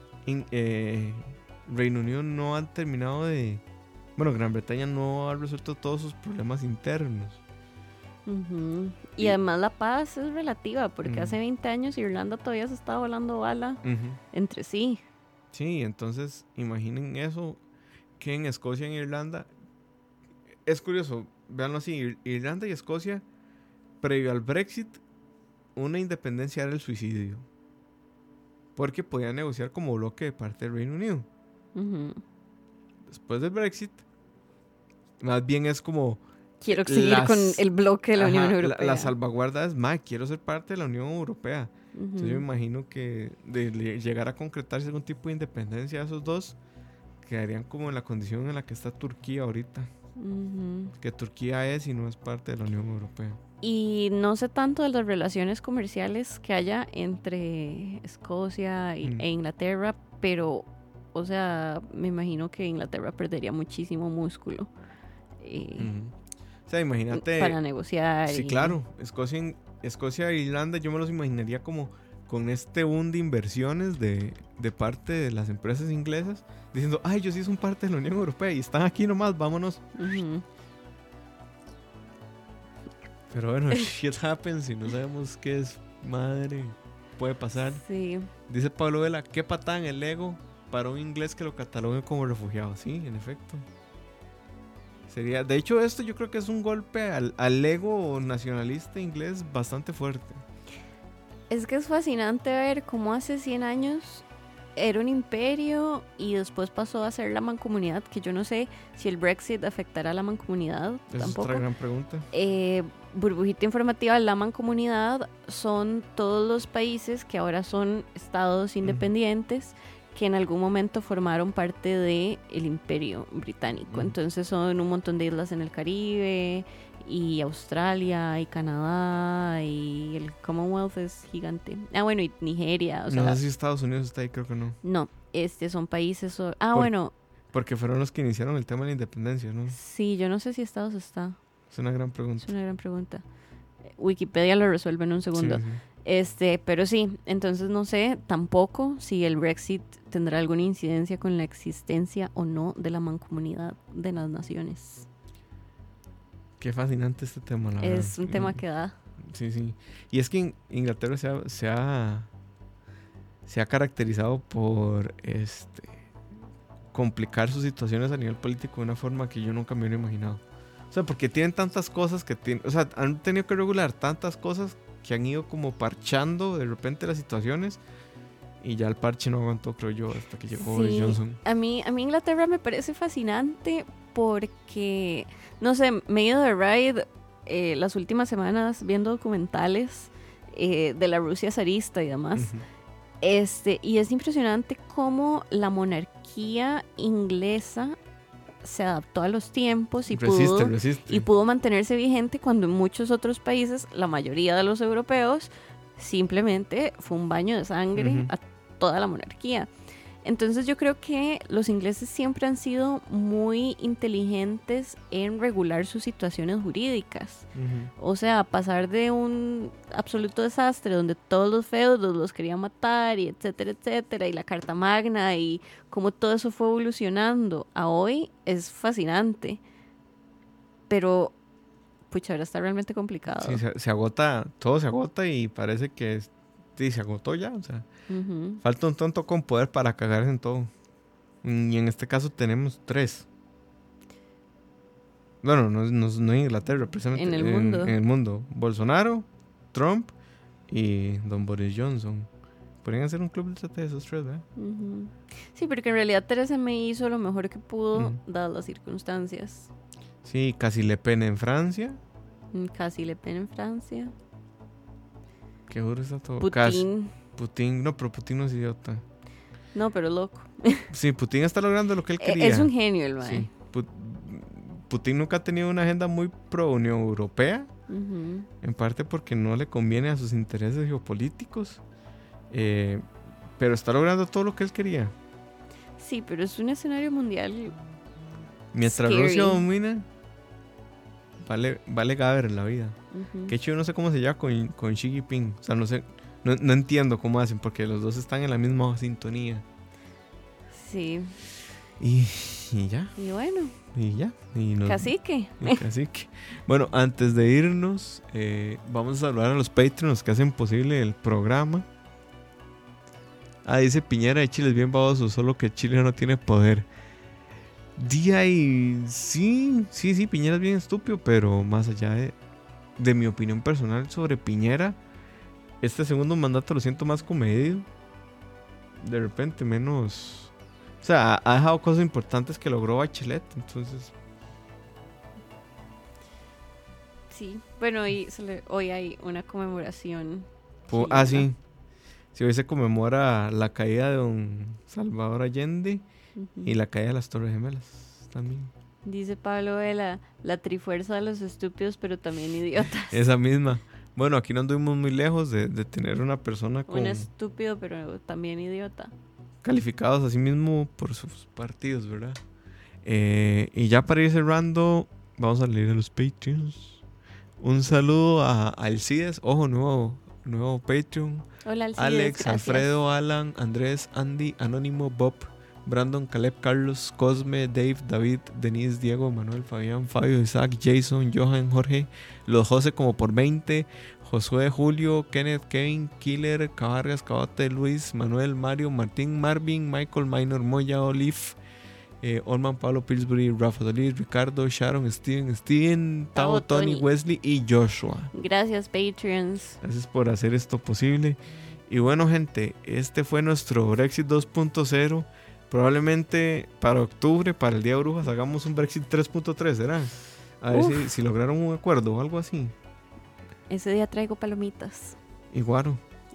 Reino Unido no ha terminado de... Bueno, Gran Bretaña no ha resuelto todos sus problemas internos. Y además la paz es relativa, porque hace 20 años Irlanda todavía se estaba volando bala entre sí. Sí, entonces imaginen eso, que en Escocia y en Irlanda... Es curioso, véanlo así, Irlanda y Escocia, previo al Brexit, una independencia era el suicidio. Porque podían negociar como bloque de parte del Reino Unido. Después del Brexit, más bien es como... Quiero seguir con el bloque de la Unión Europea. La salvaguarda es, quiero ser parte de la Unión Europea. Entonces yo me imagino que de llegar a concretarse algún tipo de independencia de esos dos, quedarían como en la condición en la que está Turquía ahorita. Que Turquía es y no es parte de la Unión Europea. Y no sé tanto de las relaciones comerciales que haya entre Escocia e Inglaterra, pero, o sea, me imagino que Inglaterra perdería muchísimo músculo. O sea, imagínate... Para negociar. Sí, claro. Escocia e Irlanda yo me los imaginaría como con este boom de inversiones de parte de las empresas inglesas, diciendo, ellos sí son parte de la Unión Europea y están aquí nomás, vámonos. Pero bueno, shit happens y no sabemos qué es, madre, puede pasar. Sí. Dice Pablo Vela, qué patán el ego para un inglés que lo catalogue como refugiado. Sí, en efecto. Sería, de hecho, esto yo creo que es un golpe al ego nacionalista inglés bastante fuerte. Es que es fascinante ver cómo hace 100 años era un imperio y después pasó a ser la mancomunidad, que yo no sé si el Brexit afectará a la mancomunidad. Esa es otra gran pregunta. Burbujita informativa, la mancomunidad son todos los países que ahora son estados independientes, que en algún momento formaron parte del imperio británico. Entonces son un montón de islas en el Caribe, y Australia, y Canadá, y el Commonwealth es gigante. Bueno, y Nigeria. No sé si Estados Unidos está ahí, creo que no. No, son países... bueno. Porque fueron los que iniciaron el tema de la independencia, ¿no? Sí, yo no sé si Estados está. Es una gran pregunta. Wikipedia lo resuelve en un segundo. Sí. Pero sí, entonces no sé tampoco si el Brexit tendrá alguna incidencia con la existencia o no de la mancomunidad de las naciones. Qué fascinante este tema, la verdad. Es un tema que da. Sí, sí. Y es que Inglaterra se ha caracterizado por complicar sus situaciones a nivel político de una forma que yo nunca me hubiera imaginado. O sea, porque tienen tantas cosas han tenido que regular tantas cosas que han ido como parchando de repente las situaciones y ya el parche no aguantó, creo yo, hasta que llegó Boris Johnson. A mí Inglaterra me parece fascinante porque, no sé, me he ido de ride las últimas semanas viendo documentales de la Rusia zarista y demás. Y es impresionante cómo la monarquía inglesa se adaptó a los tiempos y pudo mantenerse vigente cuando en muchos otros países, la mayoría de los europeos, simplemente fue un baño de sangre a toda la monarquía. Entonces yo creo que los ingleses siempre han sido muy inteligentes en regular sus situaciones jurídicas. O sea, pasar de un absoluto desastre donde todos los feudos los querían matar y etcétera, etcétera, y la Carta Magna y cómo todo eso fue evolucionando a hoy es fascinante. Pero, pucha, ahora está realmente complicado. Sí, se agota, todo se agota y parece que sí, se agotó ya, o sea, falta un tonto con poder para cagarse en todo. Y en este caso tenemos 3. Bueno, no en Inglaterra, precisamente. En el mundo. En el mundo. Bolsonaro, Trump y don Boris Johnson. Podrían hacer un club de esos 3, ¿verdad? Sí, porque en realidad Theresa May hizo lo mejor que pudo, dadas las circunstancias. Sí, casi Le Pen en Francia. Casi Le Pen en Francia. Qué duro está todo. Putin. No, pero Putin no es idiota. No, pero loco. Sí, Putin está logrando lo que él quería. Es un genio el mae. Sí. Putin nunca ha tenido una agenda muy pro Unión Europea. En parte porque no le conviene a sus intereses geopolíticos. Pero está logrando todo lo que él quería. Sí, pero es un escenario mundial. Mientras scary. Rusia domina, vale gaber en la vida. Que hecho yo no sé cómo se lleva con Xi Jinping. O sea, no entiendo cómo hacen, porque los dos están en la misma sintonía. Sí. Y ya. Y bueno. Y ya. Cacique. Cacique. Bueno, antes de irnos, vamos a saludar a los Patreons que hacen posible el programa. Dice Piñera de Chile es bien baboso, solo que Chile no tiene poder. Sí, Piñera es bien estúpido, pero más allá de mi opinión personal sobre Piñera, este segundo mandato lo siento más comedido. De repente menos... O sea, ha dejado cosas importantes que logró Bachelet, entonces... Sí, bueno, hoy hay una conmemoración. Sí. Sí, hoy se conmemora la caída de don Salvador Allende y la caída de las Torres Gemelas también. Dice Pablo Vela, la trifuerza de los estúpidos, pero también idiotas. Esa misma. Bueno, aquí no anduvimos muy lejos de tener una persona con... Un estúpido, pero también idiota. Calificados así mismo por sus partidos, ¿verdad? Y ya para ir cerrando, vamos a leer a los Patreons. Un saludo a Alcides, ojo, nuevo Patreon. Hola Alcides, Alex, gracias. Alfredo, Alan, Andrés, Andy, Anónimo, Bob, Brandon, Caleb, Carlos, Cosme, Dave, David, Denise, Diego, Manuel, Fabián, Fabio, Isaac, Jason, Johan, Jorge, los José como por 20, Josué, Julio, Kenneth, Kevin, Killer, Cabargas, Cabote, Luis, Manuel, Mario, Martín, Marvin, Michael, Minor, Moya, Olive, Olman, Pablo, Pillsbury, Rafa Solís, Ricardo, Sharon, Steven, Tavo, Tony, Wesley y Joshua. Gracias, Patreons. Gracias por hacer esto posible. Y bueno, gente, este fue nuestro Brexit 2.0. Probablemente para octubre, para el Día de Brujas, hagamos un Brexit 3.3, ¿será? A ver si lograron un acuerdo o algo así. Ese día traigo palomitas. Igual.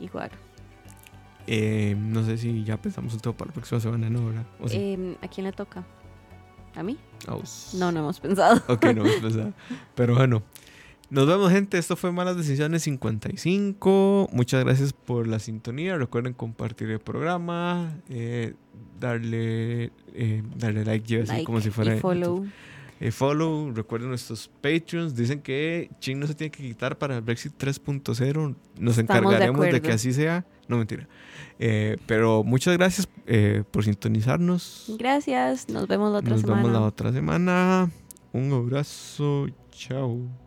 No sé si ya pensamos un tema para la próxima semana, ¿no? ¿Verdad? ¿O sí? ¿A quién le toca? ¿A mí? Aus. No hemos pensado. Ok, no hemos pensado. Pero bueno, nos vemos, gente. Esto fue Malas Decisiones 55. Muchas gracias por la sintonía. Recuerden compartir el programa, darle like, así como si fuera... Y follow. Follow, recuerden nuestros Patreons. Dicen que Ching no se tiene que quitar para el Brexit 3.0. Nos encargaremos de que así sea. No, mentira. Pero muchas gracias por sintonizarnos. Gracias, nos vemos la otra semana. Nos vemos la otra semana. Un abrazo. Chao.